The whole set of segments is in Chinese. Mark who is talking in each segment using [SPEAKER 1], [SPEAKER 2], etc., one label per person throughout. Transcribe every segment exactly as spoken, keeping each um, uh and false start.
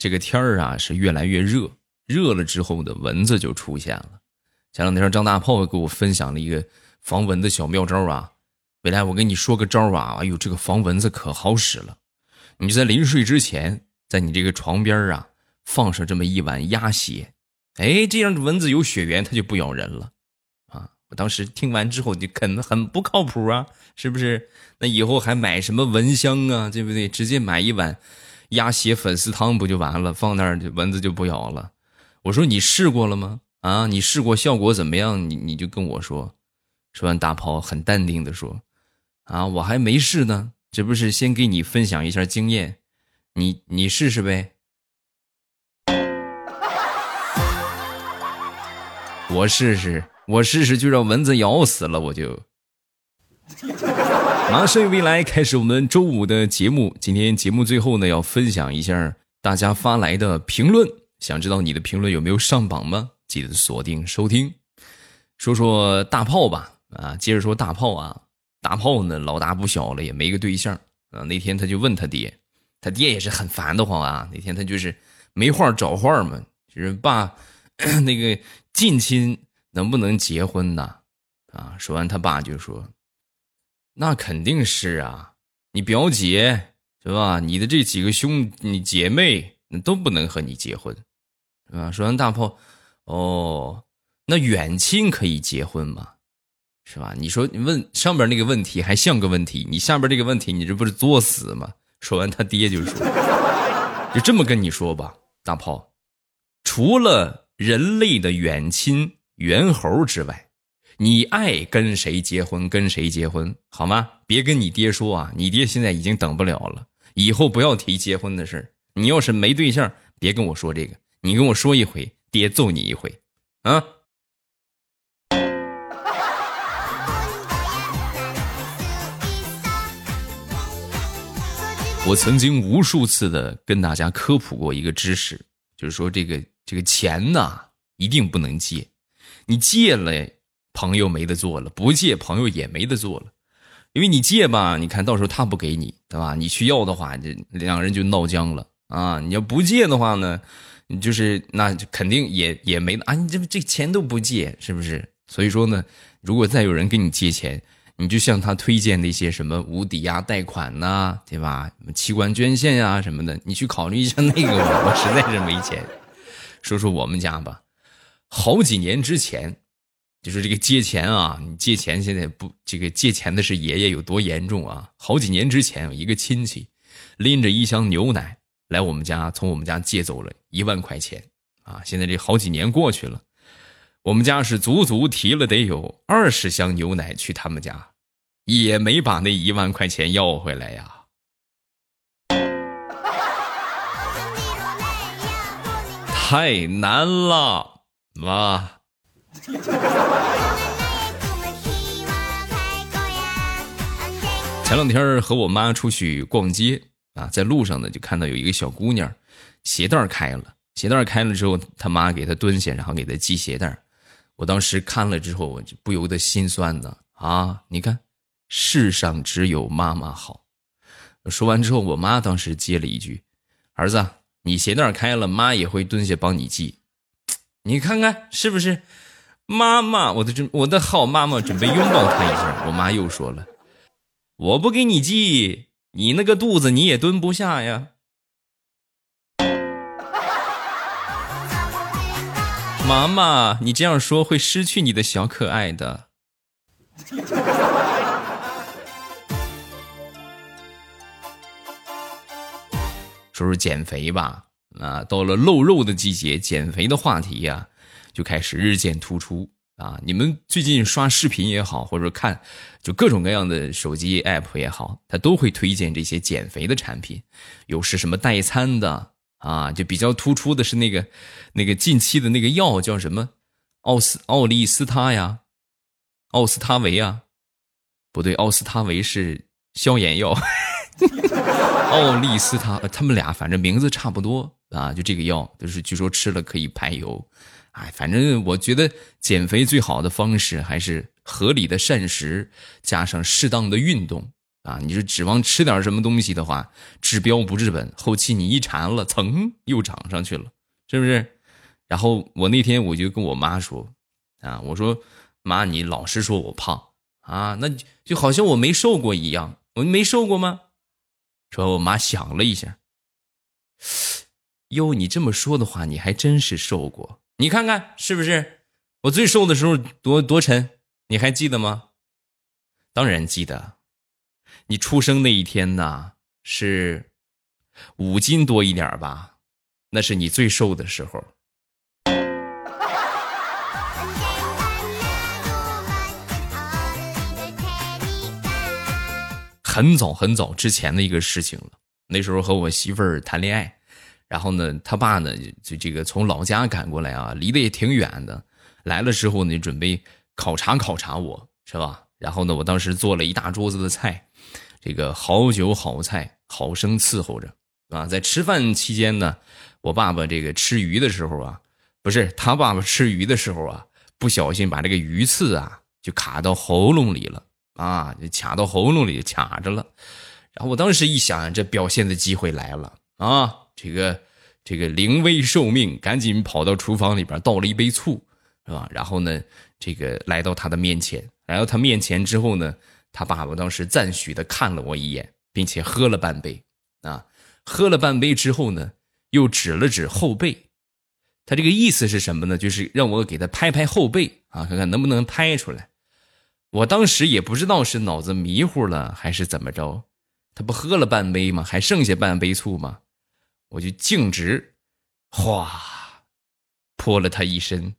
[SPEAKER 1] 这个天儿啊是越来越热，热了之后的蚊子就出现了。前两天张大炮给我分享了一个防蚊的小妙招啊，未来我跟你说个招啊，哎呦，这个防蚊子可好使了。你就在临睡之前，在你这个床边啊放上这么一碗鸭血，哎，这样蚊子有血缘它就不咬人了啊。我当时听完之后就肯很不靠谱啊，是不是？那以后还买什么蚊香啊，对不对？直接买一碗鸭血粉丝汤不就完了，放那儿蚊子就不咬了。我说你试过了吗？啊，你试过效果怎么样？你你就跟我说。说完大炮很淡定的说，啊，我还没试呢，这不是先给你分享一下经验，你你试试呗。我试试，我试试就让蚊子咬死了我就。马上未来开始我们周五的节目，今天节目最后呢要分享一下大家发来的评论，想知道你的评论有没有上榜吗？记得锁定收听。说说大炮吧，啊，接着说大炮啊，大炮呢老大不小了，也没个对象啊。那天他就问他爹，他爹也是很烦的慌啊。那天他就是没话找话嘛，就是爸，那个近亲能不能结婚呢？啊，说完他爸就说，那肯定是啊，你表姐是吧？你的这几个兄你姐妹都不能和你结婚，是吧？说完大炮，哦。那远亲可以结婚吗？是吧？你说你问上边那个问题还像个问题，你下边这个问题你这不是作死吗？说完他爹就说，就这么跟你说吧，大炮，除了人类的远亲猿猴之外，你爱跟谁结婚跟谁结婚，好吗？别跟你爹说啊，你爹现在已经等不了了，以后不要提结婚的事。你要是没对象，别跟我说这个，你跟我说一回，爹揍你一回啊。我曾经无数次的跟大家科普过一个知识，就是说这个这个钱呐一定不能借，你借了朋友没得做了，不借朋友也没得做了。因为你借吧，你看到时候他不给你，对吧？你去要的话，这两人就闹僵了啊。你要不借的话呢，你就是那肯定也也没啊，你这这钱都不借，是不是？所以说呢，如果再有人跟你借钱，你就向他推荐那些什么无抵押贷款呐、啊，对吧？器官捐献呀、啊、什么的，你去考虑一下那个吧。我实在是没钱。说说我们家吧，好几年之前，就是这个借钱啊，你借钱现在不，这个借钱的是爷爷有多严重啊？好几年之前，有一个亲戚拎着一箱牛奶来我们家，从我们家借走了一万块钱啊！现在这好几年过去了。我们家是足足提了得有二十箱牛奶去他们家，也没把那一万块钱要回来呀。太难了，哇！前两天和我妈出去逛街啊，在路上呢就看到有一个小姑娘，鞋带开了，鞋带开了之后，她妈给她蹲下，然后给她系鞋带。我当时看了之后，我就不由得心酸呢啊！你看，世上只有妈妈好。说完之后，我妈当时接了一句：“儿子，你鞋带开了，妈也会蹲下帮你系。”你看看是不是？妈妈，我的真我的好妈妈，准备拥抱她一下。我妈又说了：“我不给你系，你那个肚子你也蹲不下呀。”妈妈，你这样说会失去你的小可爱的。说说减肥吧，啊，到了露肉的季节，减肥的话题呀、啊、就开始日渐突出啊。你们最近刷视频也好，或者看就各种各样的手机 app 也好，它都会推荐这些减肥的产品，有是什么代餐的。啊，就比较突出的是那个那个近期的那个药叫什么奥斯奥利司他呀，奥司他韦啊，不对，奥司他韦是消炎药，奥利司他，他们俩反正名字差不多啊，就这个药，就是据说吃了可以排油。哎，反正我觉得减肥最好的方式还是合理的膳食加上适当的运动啊，你就指望吃点什么东西的话，治标不治本，后期你一馋了，噌又涨上去了，是不是？然后我那天我就跟我妈说，啊，我说妈，你老是说我胖啊，那就好像我没瘦过一样，我没瘦过吗？说我妈想了一下，哟，你这么说的话，你还真是瘦过，你看看是不是？我最瘦的时候多多沉，你还记得吗？当然记得。你出生那一天呢，是五斤多一点吧？那是你最瘦的时候。很早很早之前的一个事情了。那时候和我媳妇儿谈恋爱，然后呢，他爸呢就这个从老家赶过来啊，离得也挺远的。来了之后呢，准备考察考察我，是吧？然后呢，我当时做了一大桌子的菜。这个好酒好菜，好生伺候着啊！在吃饭期间呢，我爸爸这个吃鱼的时候啊，不是他爸爸吃鱼的时候啊，不小心把这个鱼刺啊就卡到喉咙里了啊，就卡到喉咙里卡着了。然后我当时一想，这表现的机会来了啊！这个这个临危受命，赶紧跑到厨房里边倒了一杯醋，是吧？然后呢，这个来到他的面前，来到他面前之后呢。他爸爸当时赞许的看了我一眼，并且喝了半杯啊，喝了半杯之后呢，又指了指后背。他这个意思是什么呢？就是让我给他拍拍后背啊，看看能不能拍出来。我当时也不知道是脑子迷糊了还是怎么着，他不喝了半杯吗？还剩下半杯醋吗？我就径直哗泼了他一身。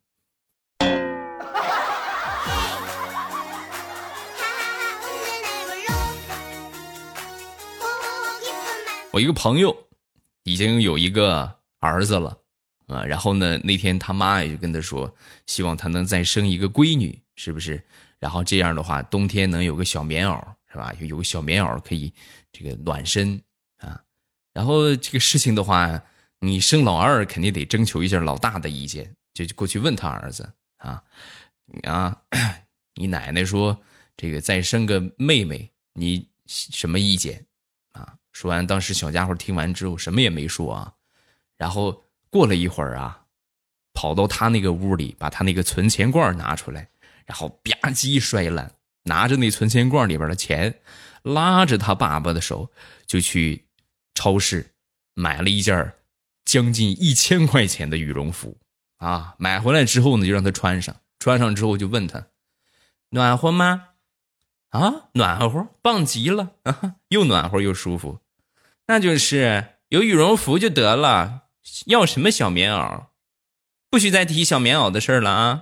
[SPEAKER 1] 我一个朋友已经有一个儿子了啊，然后呢，那天他妈也就跟他说，希望他能再生一个闺女，是不是？然后这样的话，冬天能有个小棉袄，是吧？有个小棉袄可以这个暖身啊。然后这个事情的话，你生老二肯定得征求一下老大的意见，就过去问他儿子啊啊，你奶奶说这个再生个妹妹，你什么意见？说完，当时小家伙听完之后什么也没说啊，然后过了一会儿啊，跑到他那个屋里，把他那个存钱罐拿出来，然后吧唧摔烂，拿着那存钱罐里边的钱，拉着他爸爸的手就去超市买了一件将近一千块钱的羽绒服啊，买回来之后呢，就让他穿上，穿上之后就问他暖和吗？啊，暖和，棒极了啊，又暖和又舒服。那就是有羽绒服就得了，要什么小棉袄？不许再提小棉袄的事了啊！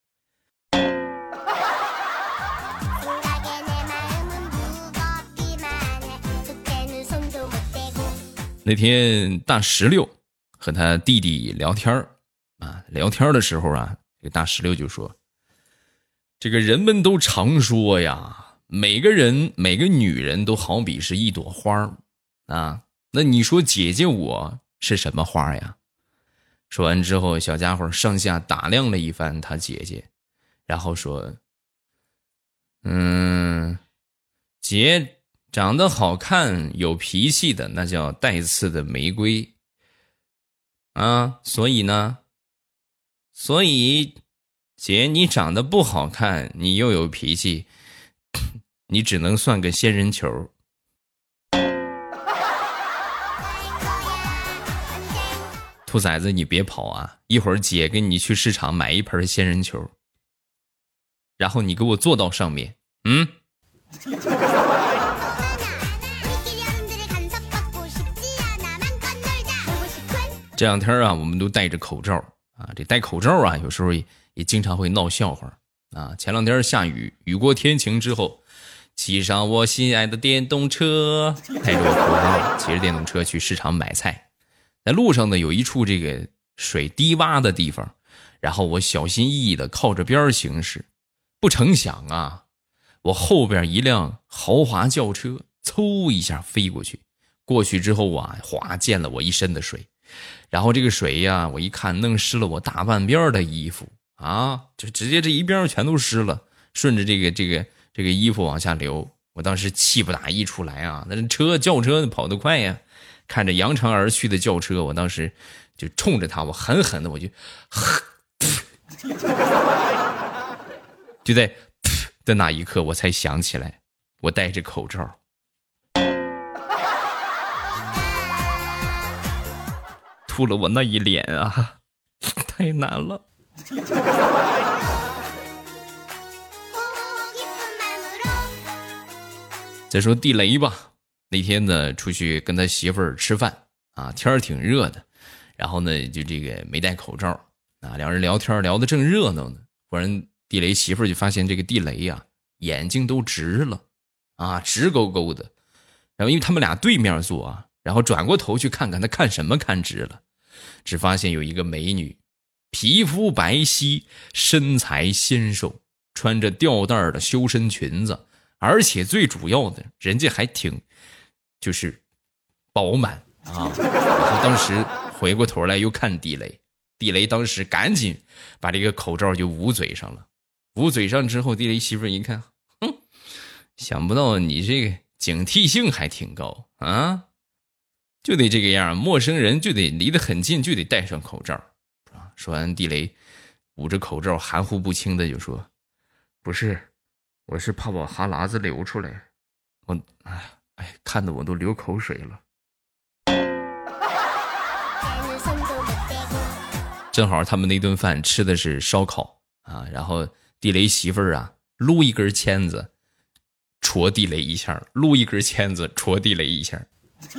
[SPEAKER 1] 那天大石榴和他弟弟聊天啊，聊天的时候啊，这个大石榴就说：“这个人们都常说呀，每个人每个女人都好比是一朵花啊，那你说姐姐我是什么花呀？”说完之后，小家伙上下打量了一番他姐姐，然后说：“嗯，姐长得好看有脾气的，那叫带刺的玫瑰啊，所以呢，所以姐你长得不好看，你又有脾气，你只能算个仙人球。”兔崽子，你别跑啊！一会儿姐跟你去市场买一盆仙人球，然后你给我坐到上面，嗯？这两天啊，我们都戴着口罩啊，这戴口罩啊，有时候 也, 也经常会闹笑话啊。前两天下雨，雨过天晴之后，骑上我心爱的电动车，戴着我口罩，骑着电动车去市场买菜。在路上呢，有一处这个水低洼的地方，然后我小心翼翼的靠着边行驶，不成想啊，我后边一辆豪华轿车嗖一下飞过去，过去之后啊，哗溅了我一身的水，然后这个水呀，我一看弄湿了我大半边的衣服啊，就直接这一边全都湿了，顺着这个这个这个衣服往下流我当时气不打一处来啊，那车轿车跑得快呀，看着扬长而去的轿车，我当时就冲着他，我狠狠的我就就在的那一刻我才想起来我戴着口罩，吐了我那一脸啊，太难了。再说地雷吧，那天呢出去跟他媳妇儿吃饭啊，天儿挺热的，然后呢就这个没戴口罩啊，两人聊天聊得正热闹呢，忽然地雷媳妇儿就发现这个地雷呀、啊、眼睛都直了啊，直勾勾的。然后因为他们俩对面坐啊，然后转过头去看看他看什么看直了，只发现有一个美女，皮肤白皙，身材纤瘦，穿着吊带的修身裙子。而且最主要的，人家还挺就是饱满啊。然后当时回过头来又看地雷，地雷当时赶紧把这个口罩就捂嘴上了。捂嘴上之后，地雷媳妇一看，哼，想不到你这个警惕性还挺高啊，就得这个样，陌生人就得离得很近，就得戴上口罩。说完，地雷捂着口罩含糊不清的就说，不是，我是怕我哈喇子流出来，我哎哎，看得我都流口水了。正好他们那顿饭吃的是烧烤啊，然后地雷媳妇儿啊撸一根签子戳地雷一下，撸一根签子戳地雷一下。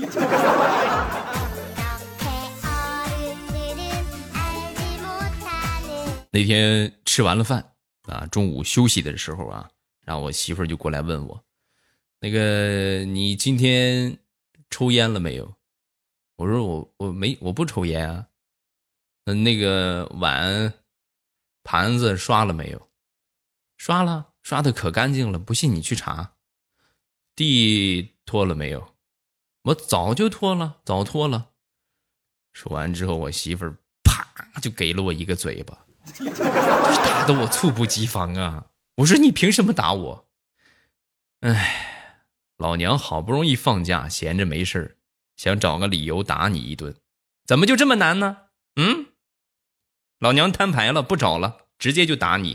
[SPEAKER 1] 那天吃完了饭啊，中午休息的时候啊，然后我媳妇儿就过来问我，那个你今天抽烟了没有？我说我我没我不抽烟啊。那那个碗盘子刷了没有？刷了，刷的可干净了，不信你去查。地拖了没有？我早就拖了，早拖了。说完之后，我媳妇儿啪就给了我一个嘴巴，这打得我猝不及防啊！我说你凭什么打我？哎，老娘好不容易放假，闲着没事想找个理由打你一顿，怎么就这么难呢？嗯，老娘摊牌了，不找了，直接就打你。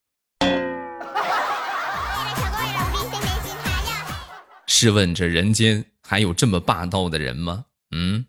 [SPEAKER 1] 试问这人间还有这么霸道的人吗？嗯。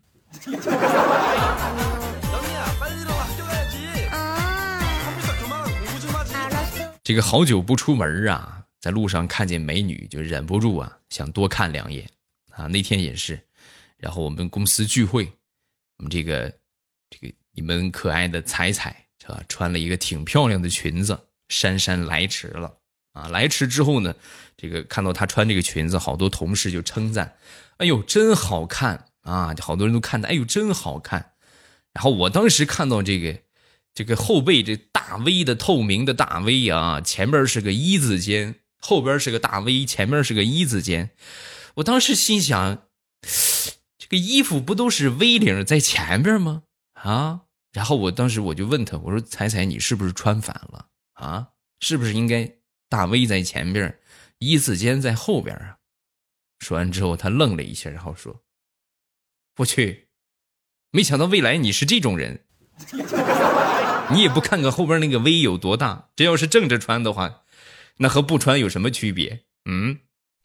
[SPEAKER 1] 这个好久不出门啊，在路上看见美女就忍不住啊想多看两眼啊。那天也是，然后我们公司聚会，我们这个这个你们可爱的彩彩是吧，穿了一个挺漂亮的裙子，姗姗来迟了啊。来迟之后呢，这个看到她穿这个裙子，好多同事就称赞，哎呦真好看啊，好多人都看的，哎呦真好看。然后我当时看到这个这个后背这大 V 的透明的大 V 啊，前边是个一字肩，后边是个大 V， 前面是个一字肩。我当时心想，这个衣服不都是 V 领在前边吗？啊！然后我当时我就问他，我说彩彩你是不是穿反了啊？是不是应该大 V 在前边，一字肩在后边啊？说完之后他愣了一下，然后说，我去，没想到未来你是这种人。你也不看看后边那个 V 有多大，这要是正着穿的话，那和不穿有什么区别？嗯。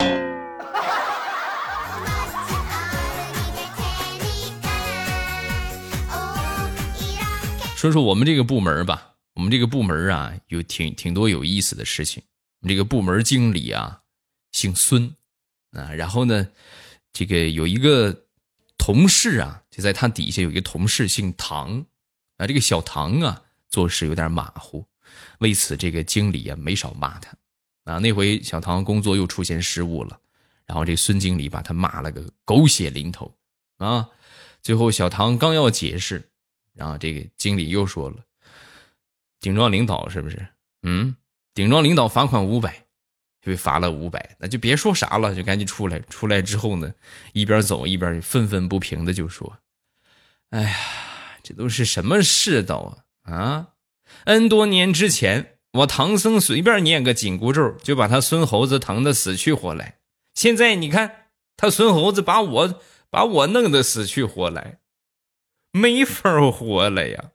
[SPEAKER 1] 说说我们这个部门吧，我们这个部门啊，有挺挺多有意思的事情。我们这个部门经理啊，姓孙啊，然后呢，这个有一个同事啊，就在他底下有一个同事姓唐啊，这个小唐啊，做事有点马虎，为此这个经理啊没少骂他啊。那回小唐工作又出现失误了，然后这孙经理把他骂了个狗血淋头啊。最后小唐刚要解释，然后这个经理又说了，顶撞领导是不是？嗯，顶撞领导罚款五百，就被罚了五百，那就别说啥了，就赶紧出来。出来之后呢，一边走一边愤愤不平的就说，哎呀，这都是什么世道啊啊 ！N 多年之前，我唐僧随便念个紧箍咒，就把他孙猴子疼得死去活来。 现在你看他孙猴子把我把我弄得死去活来，没法活了呀。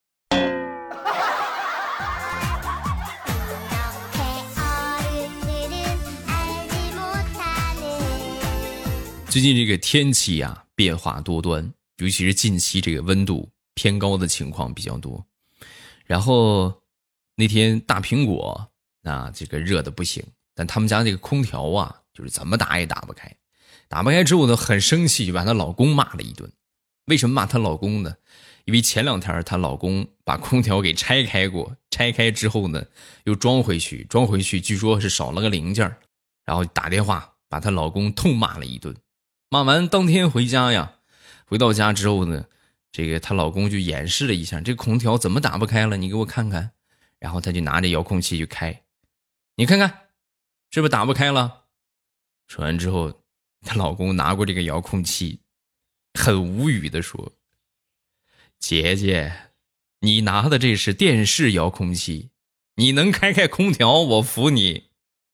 [SPEAKER 1] 最近这个天气啊变化多端，尤其是近期这个温度偏高的情况比较多。然后那天大苹果啊这个热的不行，但他们家这个空调啊就是怎么打也打不开。打不开之后呢很生气，就把她老公骂了一顿。为什么骂她老公呢？因为前两天她老公把空调给拆开过，拆开之后呢又装回去，装回去据说是少了个零件，然后打电话把她老公痛骂了一顿。骂完当天回家呀，回到家之后呢，这个她老公就演示了一下这个空调怎么打不开了，你给我看看。然后她就拿着遥控器去开，你看看是不是打不开了。说完之后，她老公拿过这个遥控器，很无语地说，姐姐你拿的这是电视遥控器，你能开开空调我服你。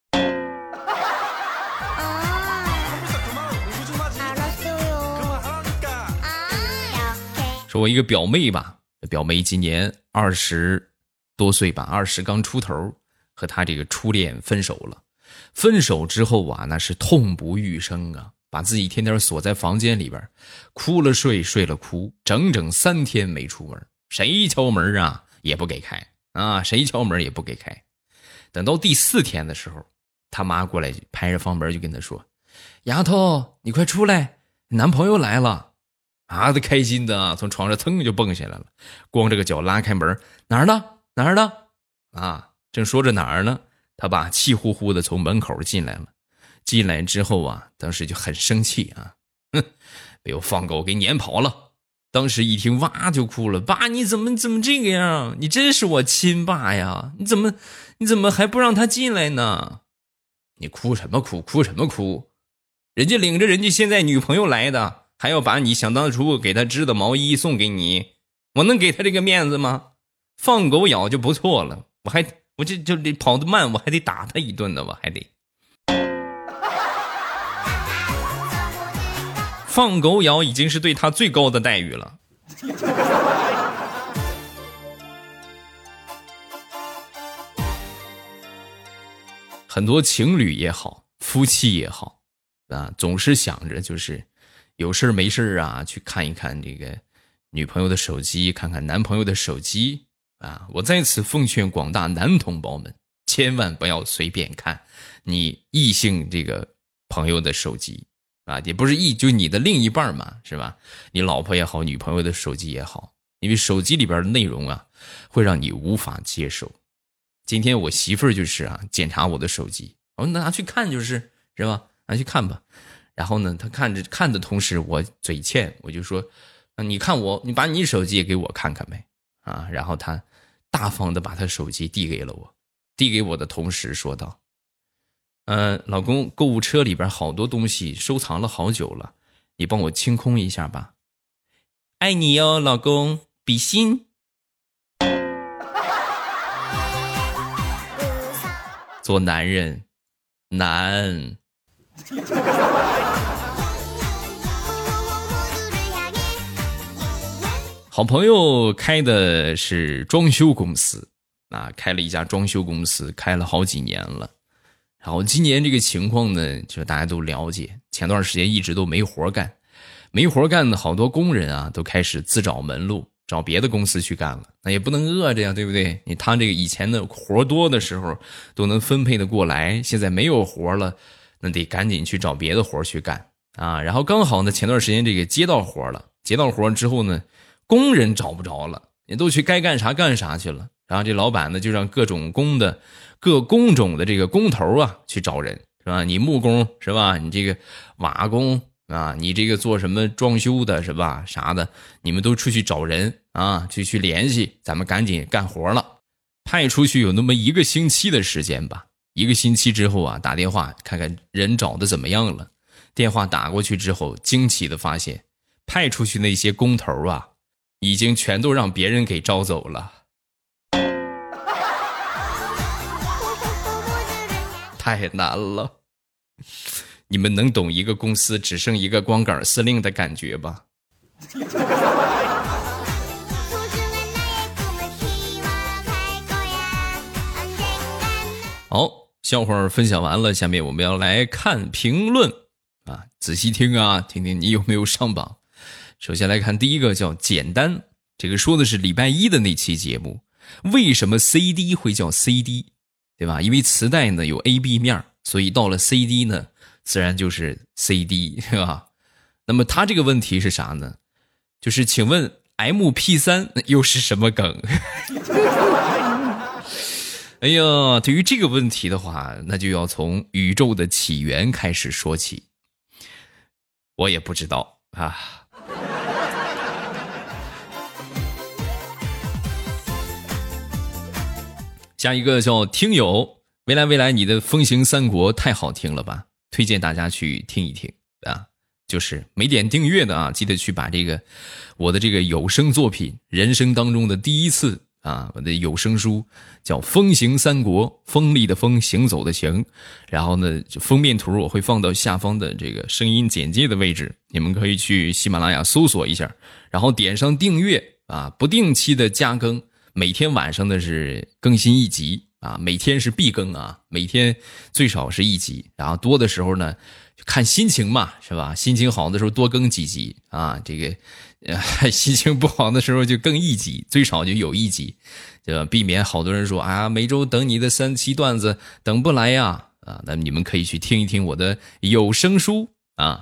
[SPEAKER 1] 说我一个表妹吧，表妹今年二十多岁吧，二十刚出头，和她这个初恋分手了。分手之后啊，那是痛不欲生啊，把自己天天锁在房间里边，哭了睡，睡了哭，整整三天没出门，谁敲门啊也不给开啊，谁敲门也不给开。等到第四天的时候，他妈过来拍着房门就跟他说，丫头你快出来，你男朋友来了。啊，他开心的从床上腾就蹦下来了，光着个脚拉开门，哪儿呢哪儿呢啊，正说着哪儿呢，他爸气呼呼的从门口进来了。进来之后啊，当时就很生气啊，哼，被我放狗给撵跑了。当时一听哇就哭了，爸你怎么怎么这个样，你真是我亲爸呀，你怎么你怎么还不让他进来呢？你哭什么哭哭什么哭，人家领着人家现在女朋友来的，还要把你想当初给他织的毛衣送给你，我能给他这个面子吗？放狗咬就不错了，我还我这就得跑得慢，我还得打他一顿呢，我还得放狗咬，已经是对他最高的待遇了。很多情侣也好，夫妻也好啊，总是想着就是有事没事啊，去看一看这个女朋友的手机，看看男朋友的手机啊。我在此奉劝广大男同胞们，千万不要随便看你异性这个朋友的手机啊，也不是异，就你的另一半嘛，是吧？你老婆也好，女朋友的手机也好，因为手机里边的内容啊，会让你无法接受。今天我媳妇儿就是啊，检查我的手机，我拿去看就是，是吧？拿去看吧。然后呢，她看着看的同时，我嘴欠，我就说，啊，你看我，你把你手机也给我看看呗，啊。然后她大方的把她手机递给了我，递给我的同时说道，呃，老公，购物车里边好多东西收藏了好久了，你帮我清空一下吧。爱你哟，老公，比心。做男人难。好朋友开的是装修公司啊，开了一家装修公司，开了好几年了。然后今年这个情况呢，就大家都了解，前段时间一直都没活干，没活干的好多工人啊，都开始自找门路，找别的公司去干了。那也不能饿着呀，对不对？你他这个以前的活多的时候都能分配的过来，现在没有活了，那得赶紧去找别的活去干啊。然后刚好呢，前段时间这个接到活了，接到活之后呢，工人找不着了，也都去该干啥干啥去了。然后这老板呢，就让各种工的各工种的这个工头啊去找人，是吧？你木工是吧？你这个瓦工啊，你这个做什么装修的是吧？啥的，你们都出去找人啊，去去联系，咱们赶紧干活了。派出去有那么一个星期的时间吧，一个星期之后啊，打电话看看人找的怎么样了。电话打过去之后，惊奇的发现，派出去那些工头啊，已经全都让别人给招走了。太难了， 你们能懂一个公司只剩一个光杆司令的感觉吧？好，笑话分享完了，下面我们要来看评论啊，仔细听啊，听听你有没有上榜。首先来看第一个叫简单，这个说的是礼拜一的那期节目，为什么 C D 会叫 C D， 对吧？因为磁带呢有 A、B 面，所以到了 C D 呢，自然就是 C D， 对吧？那么他这个问题是啥呢？就是请问 M P 三 又是什么梗？哎呀，对于这个问题的话，那就要从宇宙的起源开始说起。我也不知道啊。下一个叫听友，未来未来，你的《风行三国》太好听了吧，推荐大家去听一听啊。就是没点订阅的啊，记得去把这个我的这个有声作品，人生当中的第一次啊，我的有声书叫《风行三国》，锋利的锋，行走的行。然后呢，封面图我会放到下方的这个声音简介的位置，你们可以去喜马拉雅搜索一下，然后点上订阅啊，不定期的加更，每天晚上的是更新一集啊，每天是必更啊，每天最少是一集，然后多的时候呢，就看心情嘛，是吧？心情好的时候多更几集啊，这个。呃，心情不好的时候就更一集，最少就有一集，对吧？避免好多人说啊，每周等你的三期段子等不来呀，啊，那你们可以去听一听我的有声书啊。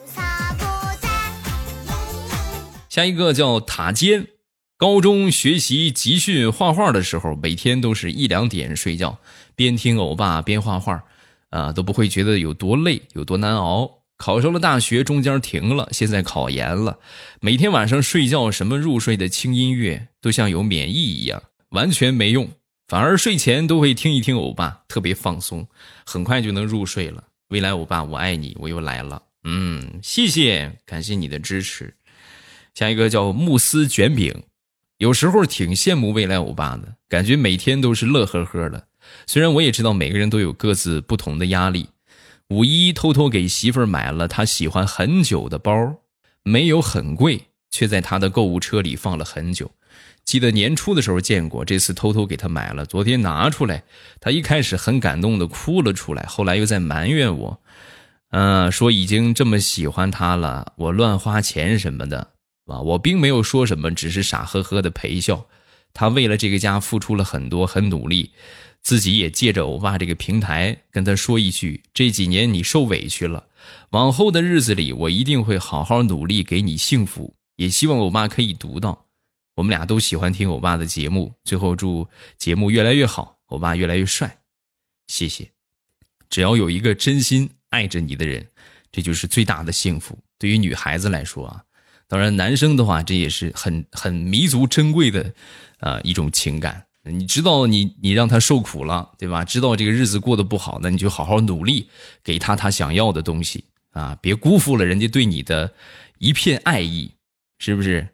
[SPEAKER 1] 下一个叫塔尖，高中学习集训画画的时候，每天都是一两点睡觉，边听欧巴边画画，啊，都不会觉得有多累，有多难熬。考上了大学，中间停了，现在考研了。每天晚上睡觉，什么入睡的轻音乐都像有免疫一样，完全没用。反而睡前都会听一听欧巴，特别放松，很快就能入睡了。未来欧巴，我爱你，我又来了。嗯，谢谢，感谢你的支持。下一个叫慕斯卷饼，有时候挺羡慕未来欧巴的，感觉每天都是乐呵呵的。虽然我也知道每个人都有各自不同的压力。五一偷偷给媳妇儿买了她喜欢很久的包，没有很贵，却在她的购物车里放了很久。记得年初的时候见过，这次偷偷给她买了，昨天拿出来，她一开始很感动的哭了出来，后来又在埋怨我，嗯、呃，说已经这么喜欢她了，我乱花钱什么的啊，我并没有说什么，只是傻呵呵的陪笑。她为了这个家付出了很多，很努力。自己也借着欧巴这个平台跟他说一句，这几年你受委屈了，往后的日子里我一定会好好努力给你幸福，也希望欧巴可以读到。我们俩都喜欢听欧巴的节目，最后祝节目越来越好，欧巴越来越帅。谢谢。只要有一个真心爱着你的人，这就是最大的幸福。对于女孩子来说啊，当然男生的话这也是很很弥足珍贵的啊、呃、一种情感。你知道你你让他受苦了，对吧？知道这个日子过得不好，那你就好好努力，给他他想要的东西啊！别辜负了人家对你的一片爱意，是不是？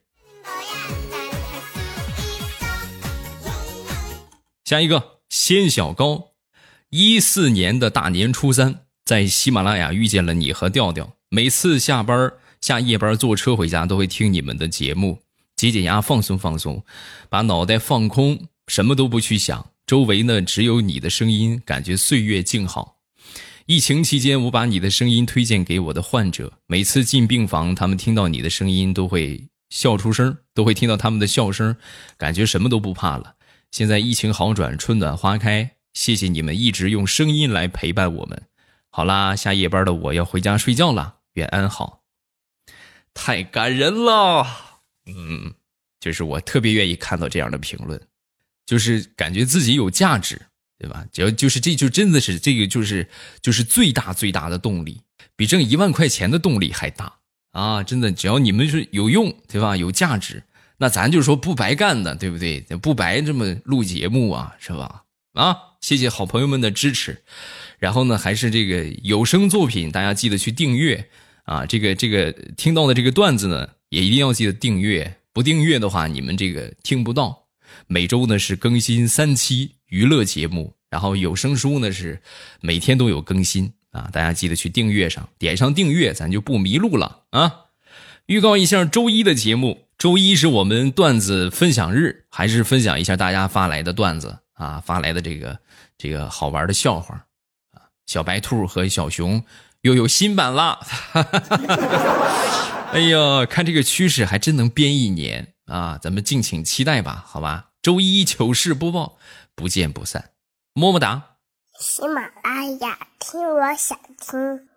[SPEAKER 1] 下一个仙小高，一四年的大年初三，在喜马拉雅遇见了你和调调，每次下班下夜班坐车回家都会听你们的节目，解解压，放松放松，把脑袋放空。什么都不去想，周围呢只有你的声音，感觉岁月静好。疫情期间，我把你的声音推荐给我的患者，每次进病房，他们听到你的声音都会笑出声，都会听到他们的笑声，感觉什么都不怕了。现在疫情好转，春暖花开，谢谢你们一直用声音来陪伴我们。好啦，下夜班的我要回家睡觉了，愿安好。太感人了，嗯，就是我特别愿意看到这样的评论。就是感觉自己有价值，对吧？只要就是这就真的是这个就是就是最大最大的动力，比挣一万块钱的动力还大啊！真的，只要你们是有用，对吧？有价值，那咱就说不白干的，对不对？不白这么录节目啊，是吧？啊，谢谢好朋友们的支持。然后呢，还是这个有声作品，大家记得去订阅啊！这个这个听到的这个段子呢，也一定要记得订阅，不订阅的话，你们这个听不到。每周呢是更新三期娱乐节目，然后有声书呢是每天都有更新啊，大家记得去订阅上，点上订阅，咱就不迷路了啊。预告一下周一的节目，周一是我们段子分享日，还是分享一下大家发来的段子啊，发来的这个这个好玩的笑话啊。小白兔和小熊又有新版了，哎呀，看这个趋势还真能编一年啊，咱们敬请期待吧，好吧？周一糗事播报，不见不散，么么哒。
[SPEAKER 2] 喜马拉雅，听我想听。